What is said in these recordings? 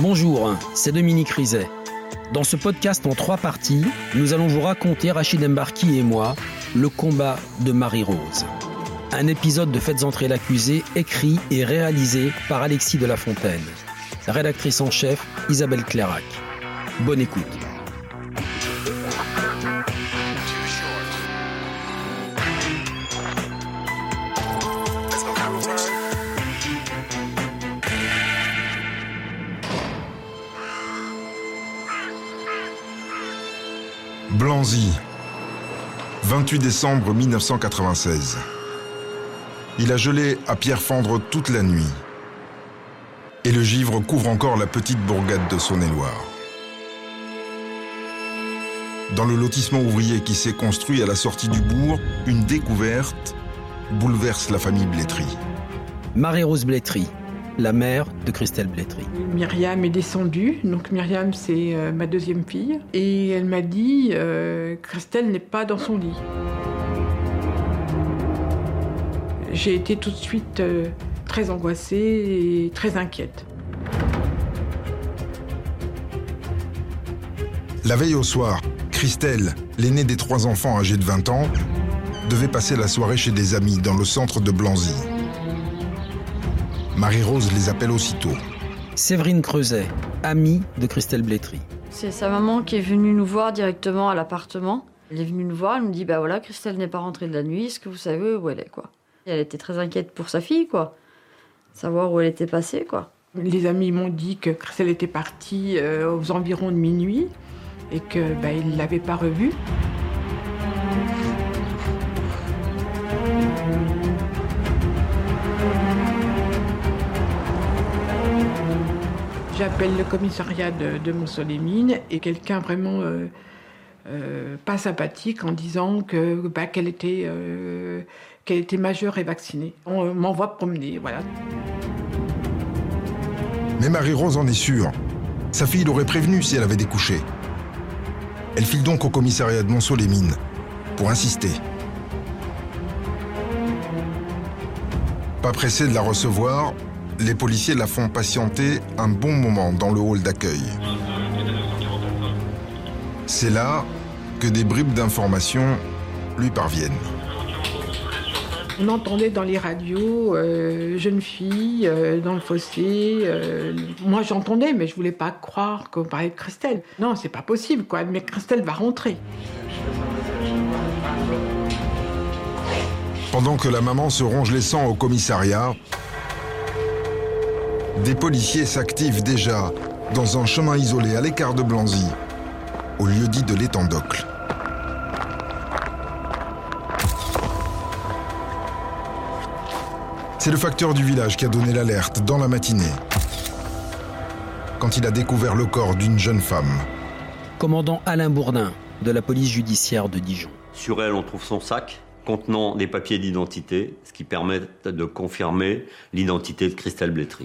Bonjour, c'est Dominique Rizet. Dans ce podcast en 3 parties, nous allons vous raconter, Rachid Embarki et moi, le combat de Marie-Rose. Un épisode de Faites entrer l'accusé, écrit et réalisé par Alexis de La Fontaine. Rédactrice en chef, Isabelle Clairac. Bonne écoute. Blanzy, 28 décembre 1996. Il a gelé à Pierrefondre toute la nuit. Et le givre couvre encore la petite bourgade de Saône-et-Loire. Dans le lotissement ouvrier qui s'est construit à la sortie du bourg, une découverte bouleverse la famille Blétry. Marie-Rose Blétry, la mère de Christelle Blétry. Myriam est descendue, donc Myriam c'est ma deuxième fille, et elle m'a dit Christelle n'est pas dans son lit. J'ai été tout de suite très angoissée et très inquiète. La veille au soir, Christelle, l'aînée des 3 enfants âgés de 20 ans, devait passer la soirée chez des amis dans le centre de Blanzy. Marie-Rose les appelle aussitôt. Séverine Creuset, amie de Christelle Blétry. C'est sa maman qui est venue nous voir directement à l'appartement. Elle est venue nous voir, elle me dit voilà, Christelle n'est pas rentrée de la nuit, est-ce que vous savez où elle est quoi? Elle était très inquiète pour sa fille quoi, savoir où elle était passée quoi. Les amis m'ont dit que Christelle était partie aux environs de minuit et qu'ils ne l'avaient pas revue. J'appelle le commissariat de Montceau-les-Mines et quelqu'un vraiment pas sympathique en disant qu'elle était majeure et vaccinée. On m'envoie promener, voilà. Mais Marie-Rose en est sûre. Sa fille l'aurait prévenue si elle avait découché. Elle file donc au commissariat de Montceau-les-Mines pour insister. Pas pressé de la recevoir, les policiers la font patienter un bon moment dans le hall d'accueil. C'est là que des bribes d'informations lui parviennent. On entendait dans les radios jeune fille dans le fossé. Moi j'entendais, mais je voulais pas croire qu'on parlait de Christelle. Non, c'est pas possible, quoi. Mais Christelle va rentrer. Pendant que la maman se ronge les sangs au commissariat, des policiers s'activent déjà dans un chemin isolé à l'écart de Blanzy, au lieu-dit de l'étang d'Ocles. C'est le facteur du village qui a donné l'alerte dans la matinée, quand il a découvert le corps d'une jeune femme. Commandant Alain Bourdin, de la police judiciaire de Dijon. Sur elle, on trouve son sac contenant des papiers d'identité, ce qui permet de confirmer l'identité de Christelle Blétry.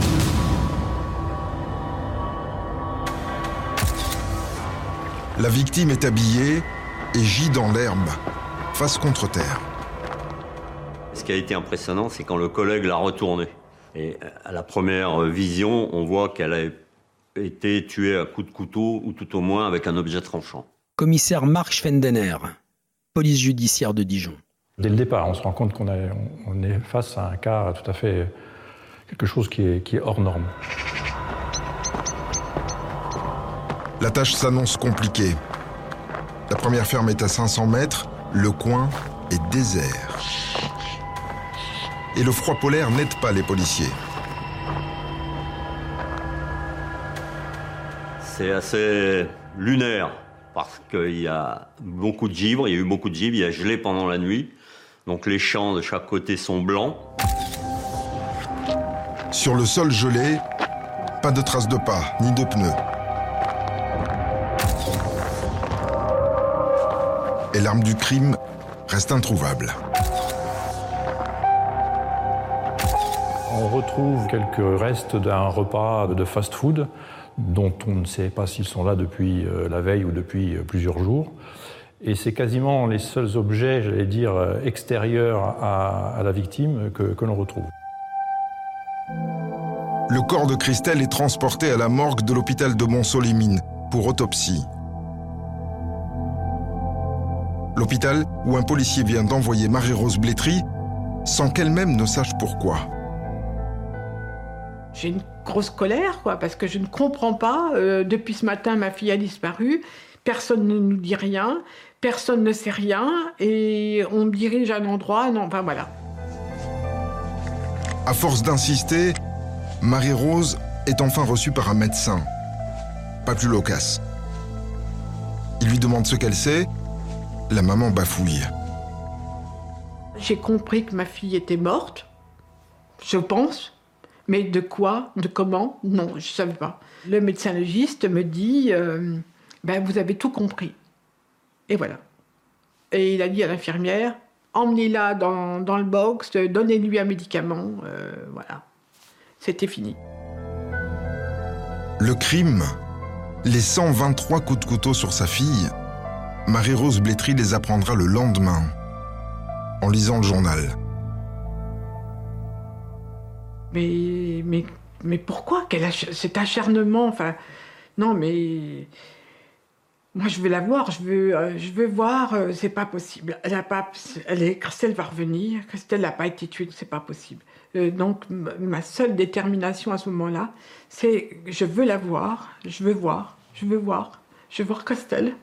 La victime est habillée et gît dans l'herbe, face contre terre. Ce qui a été impressionnant, c'est quand le collègue l'a retournée. Et à la première vision, on voit qu'elle a été tuée à coups de couteau, ou tout au moins avec un objet tranchant. Commissaire Marc Schwendener, police judiciaire de Dijon. Dès le départ, on se rend compte qu'on est face à un cas tout à fait... quelque chose qui est hors norme. La tâche s'annonce compliquée. La première ferme est à 500 mètres, le coin est désert. Et le froid polaire n'aide pas les policiers. C'est assez lunaire, parce qu'il y a beaucoup de givre, il y a eu beaucoup de givre, il y a gelé pendant la nuit. Donc les champs de chaque côté sont blancs. Sur le sol gelé, pas de traces de pas, ni de pneus. Et l'arme du crime reste introuvable. On retrouve quelques restes d'un repas de fast-food dont on ne sait pas s'ils sont là depuis la veille ou depuis plusieurs jours. Et c'est quasiment les seuls objets, j'allais dire, extérieurs à la victime que l'on retrouve. Le corps de Christelle est transporté à la morgue de l'hôpital de Montceau-les-Mines pour autopsie. L'hôpital où un policier vient d'envoyer Marie-Rose Blétry sans qu'elle-même ne sache pourquoi. J'ai une grosse colère, parce que je ne comprends pas. Depuis ce matin, ma fille a disparu. Personne ne nous dit rien. Personne ne sait rien. Et on me dirige à un endroit. Non, enfin voilà. À force d'insister, Marie-Rose est enfin reçue par un médecin. Pas plus loquace. Il lui demande ce qu'elle sait. La maman bafouille. J'ai compris que ma fille était morte. Je pense. Mais de quoi, de comment, non, je ne savais pas. Le médecin légiste me dit vous avez tout compris. Et voilà. Et il a dit à l'infirmière, emmenez-la dans le box, donnez-lui un médicament. Voilà. C'était fini. Le crime, les 123 coups de couteau sur sa fille, Marie-Rose Blétry les apprendra le lendemain, en lisant le journal. Mais pourquoi cet acharnement, non, mais moi je veux la voir, je veux voir, c'est pas possible. Christelle va revenir, Christelle n'a pas été tuée, c'est pas possible. Donc ma seule détermination à ce moment-là, c'est je veux la voir, je veux voir Christelle.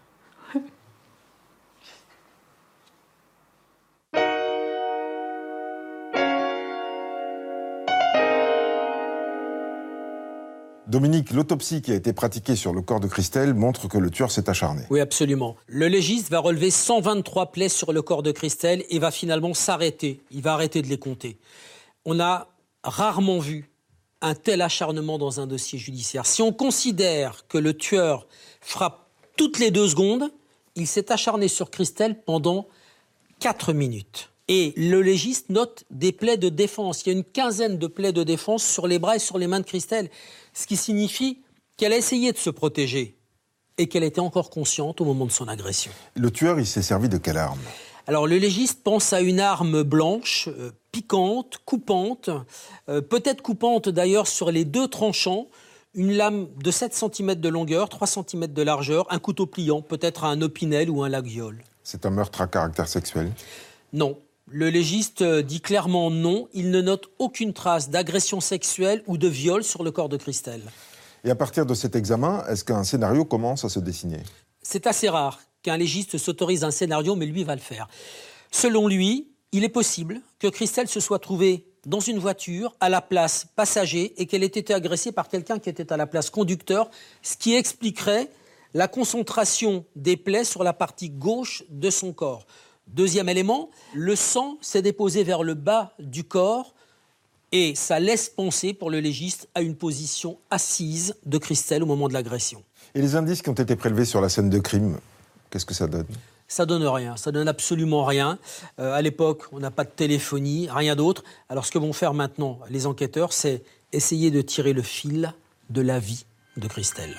Dominique, l'autopsie qui a été pratiquée sur le corps de Christelle montre que le tueur s'est acharné. Oui, absolument. Le légiste va relever 123 plaies sur le corps de Christelle et va finalement s'arrêter. Il va arrêter de les compter. On a rarement vu un tel acharnement dans un dossier judiciaire. Si on considère que le tueur frappe toutes les 2 secondes, il s'est acharné sur Christelle pendant 4 minutes. Et le légiste note des plaies de défense. Il y a une 15aine de plaies de défense sur les bras et sur les mains de Christelle. Ce qui signifie qu'elle a essayé de se protéger et qu'elle était encore consciente au moment de son agression. Le tueur, il s'est servi de quelle arme ? Alors le légiste pense à une arme blanche, piquante, coupante, peut-être coupante d'ailleurs sur les 2 tranchants, une lame de 7 cm de longueur, 3 cm de largeur, un couteau pliant, peut-être un opinel ou un laguiole. C'est un meurtre à caractère sexuel ? Non. Le légiste dit clairement non. Il ne note aucune trace d'agression sexuelle ou de viol sur le corps de Christelle. Et à partir de cet examen, est-ce qu'un scénario commence à se dessiner ? C'est assez rare qu'un légiste s'autorise un scénario, mais lui va le faire. Selon lui, il est possible que Christelle se soit trouvée dans une voiture à la place passager et qu'elle ait été agressée par quelqu'un qui était à la place conducteur, ce qui expliquerait la concentration des plaies sur la partie gauche de son corps. Deuxième élément, le sang s'est déposé vers le bas du corps et ça laisse penser pour le légiste à une position assise de Christelle au moment de l'agression. Et les indices qui ont été prélevés sur la scène de crime, qu'est-ce que ça donne ? Ça donne rien, ça donne absolument rien. À l'époque, on n'a pas de téléphonie, rien d'autre. Alors ce que vont faire maintenant les enquêteurs, c'est essayer de tirer le fil de la vie de Christelle.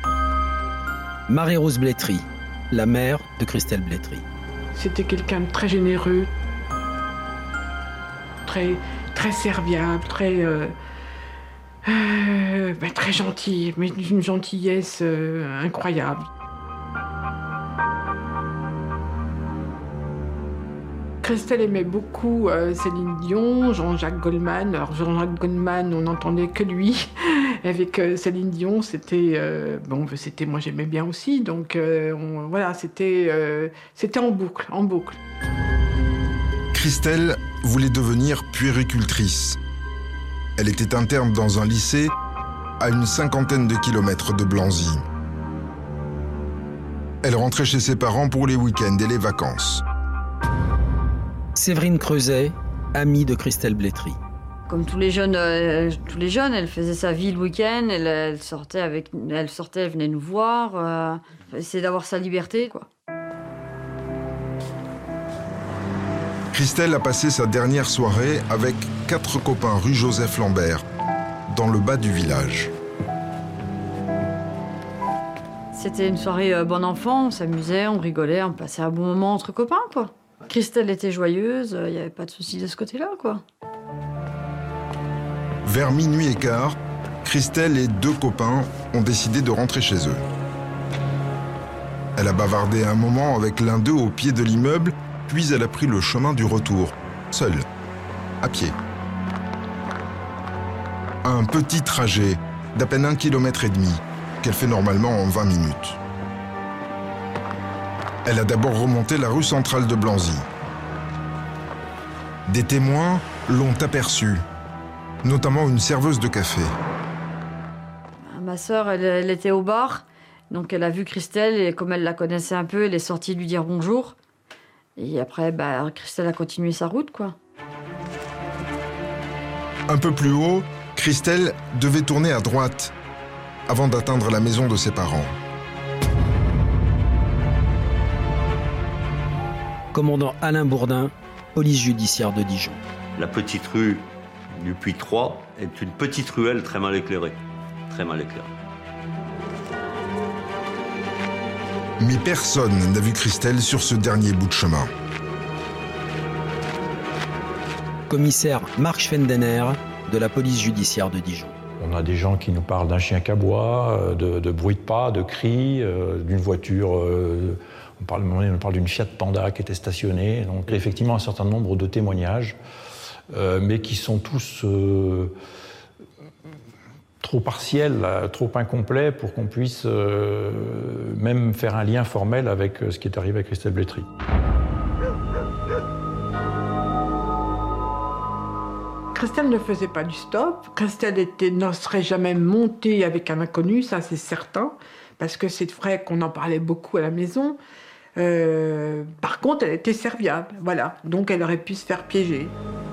Marie-Rose Blétry, la mère de Christelle Blétry. C'était quelqu'un de très généreux, très serviable, très gentil, mais d'une gentillesse incroyable. Christelle aimait beaucoup Céline Dion, Jean-Jacques Goldman. Alors Jean-Jacques Goldman, on n'entendait que lui. Avec Céline Dion, c'était moi j'aimais bien aussi. Donc c'était en boucle. Christelle voulait devenir puéricultrice. Elle était interne dans un lycée à une 50aine de kilomètres de Blanzy. Elle rentrait chez ses parents pour les week-ends et les vacances. Séverine Creuset, amie de Christelle Blétry. Comme tous les jeunes, elle faisait sa vie le week-end, elle sortait, elle venait nous voir, essayait d'avoir sa liberté, quoi. Christelle a passé sa dernière soirée avec 4 copains rue Joseph Lambert, dans le bas du village. C'était une soirée bon enfant, on s'amusait, on rigolait, on passait un bon moment entre copains, quoi. Christelle était joyeuse, il n'y avait pas de souci de ce côté-là, quoi. Vers minuit et quart, Christelle et 2 copains ont décidé de rentrer chez eux. Elle a bavardé un moment avec l'un d'eux au pied de l'immeuble, puis elle a pris le chemin du retour, seule, à pied. Un petit trajet d'à peine 1,5 km qu'elle fait normalement en 20 minutes. Elle a d'abord remonté la rue centrale de Blanzy. Des témoins l'ont aperçue, notamment une serveuse de café. Ma sœur, elle était au bar, donc elle a vu Christelle et comme elle la connaissait un peu, elle est sortie lui dire bonjour. Et après, Christelle a continué sa route, quoi. Un peu plus haut, Christelle devait tourner à droite avant d'atteindre la maison de ses parents. Commandant Alain Bourdin, police judiciaire de Dijon. La petite rue du Puy 3 est une petite ruelle très mal éclairée. Très mal éclairée. Mais personne n'a vu Christelle sur ce dernier bout de chemin. Commissaire Marc Schwendener de la police judiciaire de Dijon. On a des gens qui nous parlent d'un chien qui aboie, de bruit de pas, de cris, d'une voiture. On parle d'une Fiat Panda qui était stationnée. Donc effectivement un certain nombre de témoignages, mais qui sont tous trop partiels, trop incomplets pour qu'on puisse même faire un lien formel avec ce qui est arrivé à Christelle Blétry. Christelle ne faisait pas du stop. Christelle ne serait jamais montée avec un inconnu, ça c'est certain, parce que c'est vrai qu'on en parlait beaucoup à la maison. Par contre, elle était serviable, voilà. Donc elle aurait pu se faire piéger.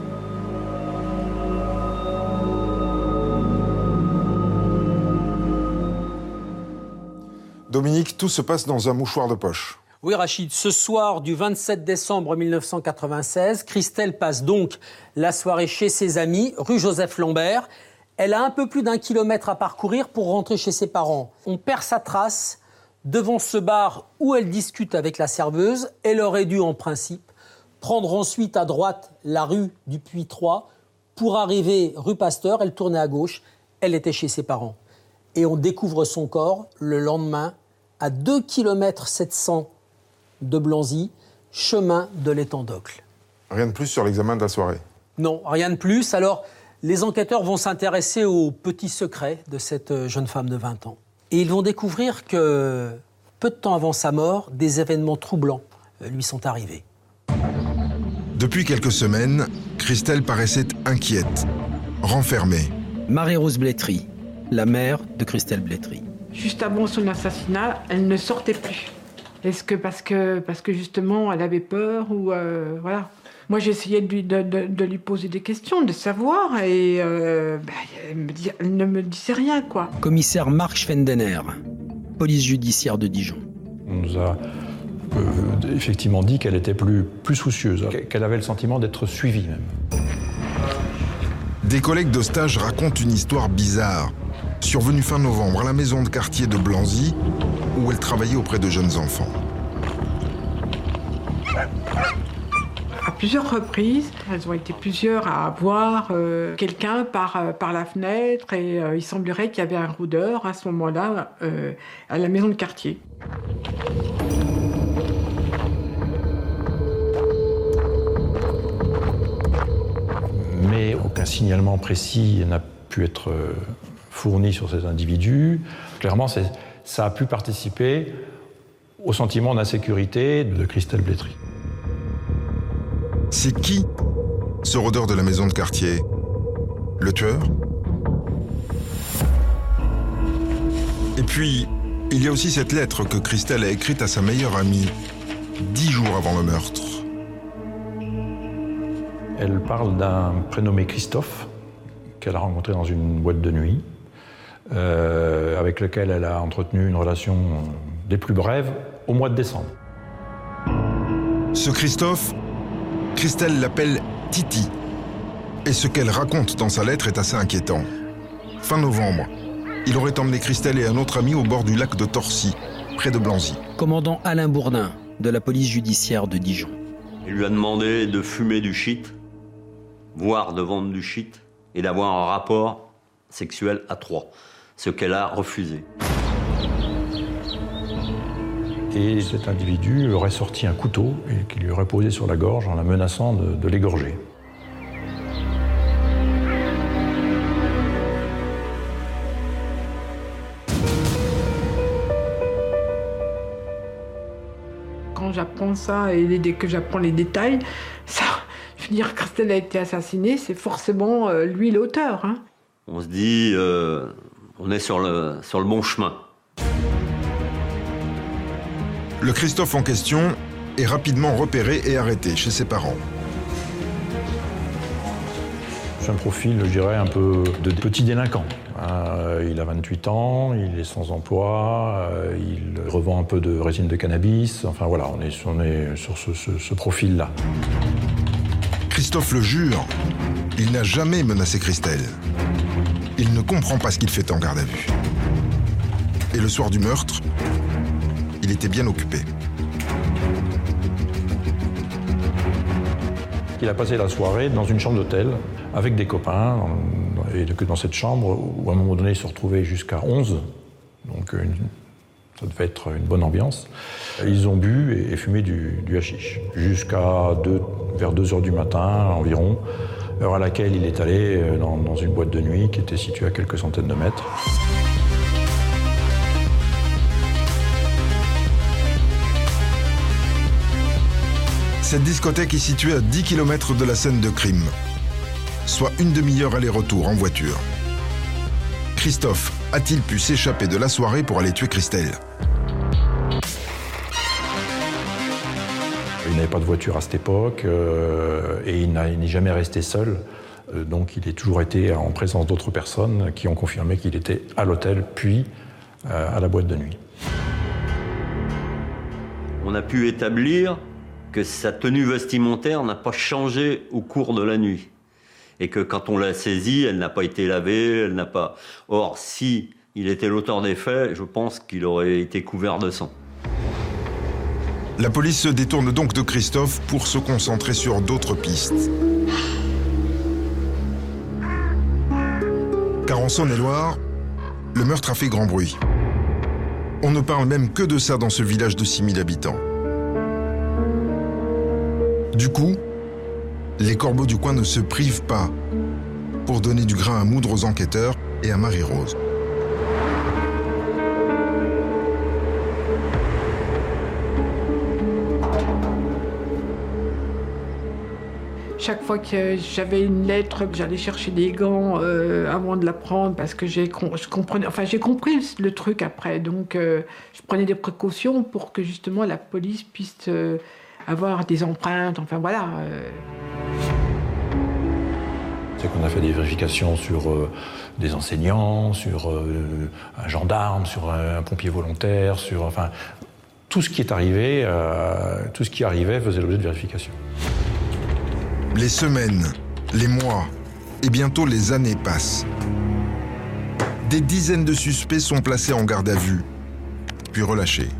Dominique, tout se passe dans un mouchoir de poche. Oui, Rachid, ce soir du 27 décembre 1996, Christelle passe donc la soirée chez ses amis, rue Joseph Lambert. Elle a un peu plus d'1 kilomètre à parcourir pour rentrer chez ses parents. On perd sa trace devant ce bar où elle discute avec la serveuse. Elle aurait dû, en principe, prendre ensuite à droite la rue du Puy 3 pour arriver rue Pasteur. Elle tournait à gauche. Elle était chez ses parents. Et on découvre son corps le lendemain à 2 km 700 de Blanzy, chemin de l'étang d'Ocle. Rien de plus sur l'examen de la soirée? Non, rien de plus. Alors, les enquêteurs vont s'intéresser aux petits secrets de cette jeune femme de 20 ans. Et ils vont découvrir que, peu de temps avant sa mort, des événements troublants lui sont arrivés. Depuis quelques semaines, Christelle paraissait inquiète, renfermée. Marie-Rose Blétry, la mère de Christelle Blétry. Juste avant son assassinat, elle ne sortait plus. Est-ce que parce que justement elle avait peur ou voilà. Moi j'essayais de lui poser des questions, de savoir et elle ne me disait rien quoi. Commissaire Marc Schwendener, police judiciaire de Dijon. On nous a effectivement dit qu'elle était plus soucieuse, qu'elle avait le sentiment d'être suivie même. Des collègues de stage racontent une histoire bizarre, survenue fin novembre à la maison de quartier de Blanzy, où elle travaillait auprès de jeunes enfants. À plusieurs reprises, elles ont été plusieurs à voir quelqu'un par la fenêtre et il semblerait qu'il y avait un rôdeur à ce moment-là à la maison de quartier. Mais aucun signalement précis n'a pu être fourni sur ces individus. Clairement, ça a pu participer au sentiment d'insécurité de Christelle Blétry. C'est qui, ce rôdeur de la maison de quartier? Le tueur? Et puis, il y a aussi cette lettre que Christelle a écrite à sa meilleure amie, 10 jours avant le meurtre. Elle parle d'un prénommé Christophe, qu'elle a rencontré dans une boîte de nuit, avec lequel elle a entretenu une relation des plus brèves au mois de décembre. Ce Christophe, Christelle l'appelle Titi. Et ce qu'elle raconte dans sa lettre est assez inquiétant. Fin novembre, il aurait emmené Christelle et un autre ami au bord du lac de Torcy, près de Blanzy. Commandant Alain Bourdin, de la police judiciaire de Dijon. Il lui a demandé de fumer du shit, voire de vendre du shit, et d'avoir un rapport sexuel à 3, ce qu'elle a refusé. Et cet individu aurait sorti un couteau et qui lui aurait posé sur la gorge en la menaçant de l'égorger. Quand j'apprends ça et dès que j'apprends les détails, ça, je veux dire, Christelle a été assassinée, c'est forcément lui l'auteur. Hein. On se dit, on est sur le bon chemin. Le Christophe en question est rapidement repéré et arrêté chez ses parents. C'est un profil, je dirais, un peu de petit délinquant. Il a 28 ans, il est sans emploi, il revend un peu de résine de cannabis. Enfin voilà, on est sur ce profil-là. Christophe le jure, il n'a jamais menacé Christelle. Il ne comprend pas ce qu'il fait en garde à vue. Et le soir du meurtre, il était bien occupé. Il a passé la soirée dans une chambre d'hôtel avec des copains, et que dans cette chambre, où à un moment donné, il se retrouvait jusqu'à 11, donc ça devait être une bonne ambiance. Ils ont bu et fumé du hashish, jusqu'à vers 2h du matin environ, heure à laquelle il est allé dans une boîte de nuit qui était située à quelques centaines de mètres. Cette discothèque est située à 10 km de la scène de crime, soit une demi-heure aller-retour en voiture. Christophe a-t-il pu s'échapper de la soirée pour aller tuer Christelle ? Il n'avait pas de voiture à cette époque et il n'est jamais resté seul. Donc il a toujours été en présence d'autres personnes qui ont confirmé qu'il était à l'hôtel puis à la boîte de nuit. On a pu établir que sa tenue vestimentaire n'a pas changé au cours de la nuit. Et que quand on l'a saisie, elle n'a pas été lavée, elle n'a pas... Or, si il était l'auteur des faits, je pense qu'il aurait été couvert de sang. La police se détourne donc de Christophe pour se concentrer sur d'autres pistes. Car en Saône-et-Loire, le meurtre a fait grand bruit. On ne parle même que de ça dans ce village de 6000 habitants. Du coup, les corbeaux du coin ne se privent pas pour donner du grain à moudre aux enquêteurs et à Marie-Rose. Chaque fois que j'avais une lettre, que j'allais chercher des gants avant de la prendre parce que j'ai compris le truc après. Donc je prenais des précautions pour que justement la police puisse avoir des empreintes, enfin voilà. C'est qu'on a fait des vérifications sur des enseignants, sur un gendarme, sur un pompier volontaire, sur enfin tout ce qui est arrivé, tout ce qui arrivait faisait l'objet de vérification. Les semaines, les mois et bientôt les années passent. Des dizaines de suspects sont placés en garde à vue, puis relâchés.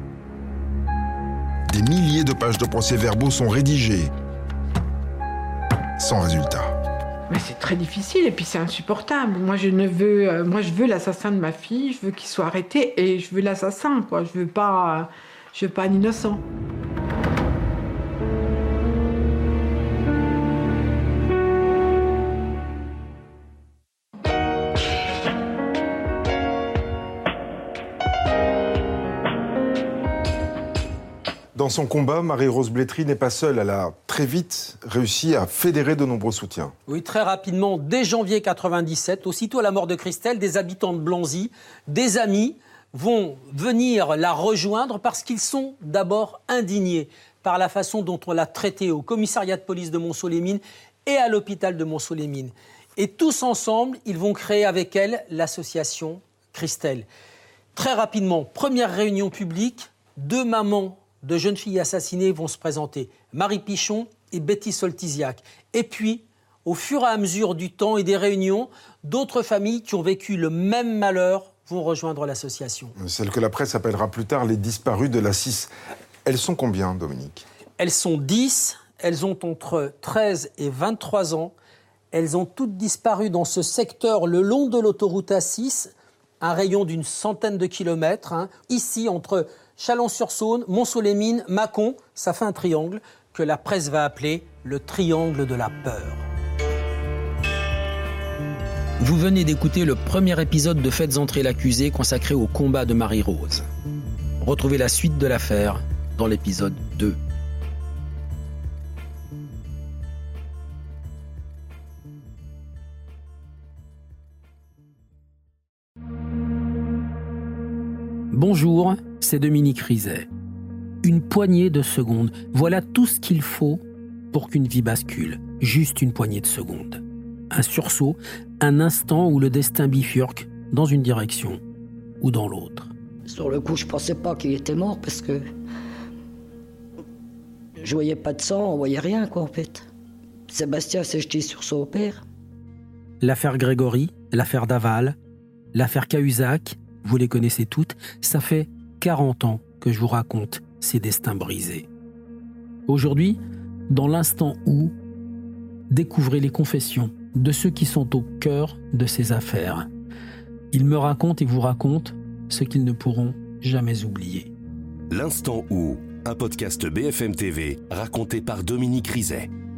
Des milliers de pages de procès-verbaux sont rédigées, sans résultat. Mais c'est très difficile et puis c'est insupportable. Moi je veux l'assassin de ma fille, je veux qu'il soit arrêté et je veux l'assassin, quoi. Je veux pas un innocent. Dans son combat, Marie-Rose Blétry n'est pas seule. Elle a très vite réussi à fédérer de nombreux soutiens. Oui, très rapidement, dès janvier 1997, aussitôt à la mort de Christelle, des habitants de Blanzy, des amis, vont venir la rejoindre parce qu'ils sont d'abord indignés par la façon dont on l'a traitée au commissariat de police de Montceau-les-Mines et à l'hôpital de Montceau-les-Mines. Et tous ensemble, ils vont créer avec elle l'association Christelle. Très rapidement, première réunion publique, 2 mamans de jeunes filles assassinées vont se présenter, Marie Pichon et Betty Soltisiak. Et puis, au fur et à mesure du temps et des réunions, d'autres familles qui ont vécu le même malheur vont rejoindre l'association. Celle que la presse appellera plus tard les disparues de la 6. Elles sont combien, Dominique ? Elles sont 10, elles ont entre 13 et 23 ans. Elles ont toutes disparu dans ce secteur le long de l'autoroute A6, un rayon d'une centaine de kilomètres. Ici, entre Chalon-sur-Saône, Mont-Soleil-Mines, Mâcon, ça fait un triangle que la presse va appeler le triangle de la peur. Vous venez d'écouter le premier épisode de Faites entrer l'accusé consacré au combat de Marie-Rose. Retrouvez la suite de l'affaire dans l'épisode 2. Bonjour, c'est Dominique Rizet. Une poignée de secondes, voilà tout ce qu'il faut pour qu'une vie bascule. Juste une poignée de secondes. Un sursaut, un instant où le destin bifurque dans une direction ou dans l'autre. Sur le coup, je pensais pas qu'il était mort parce que je voyais pas de sang, on voyait rien quoi en fait. Sébastien s'est jeté sur son père. L'affaire Grégory, l'affaire Daval, l'affaire Cahuzac, vous les connaissez toutes, ça fait 40 ans que je vous raconte ces destins brisés. Aujourd'hui, dans l'instant où, découvrez les confessions de ceux qui sont au cœur de ces affaires. Ils me racontent et vous racontent ce qu'ils ne pourront jamais oublier. L'instant où, un podcast BFM TV raconté par Dominique Rizet.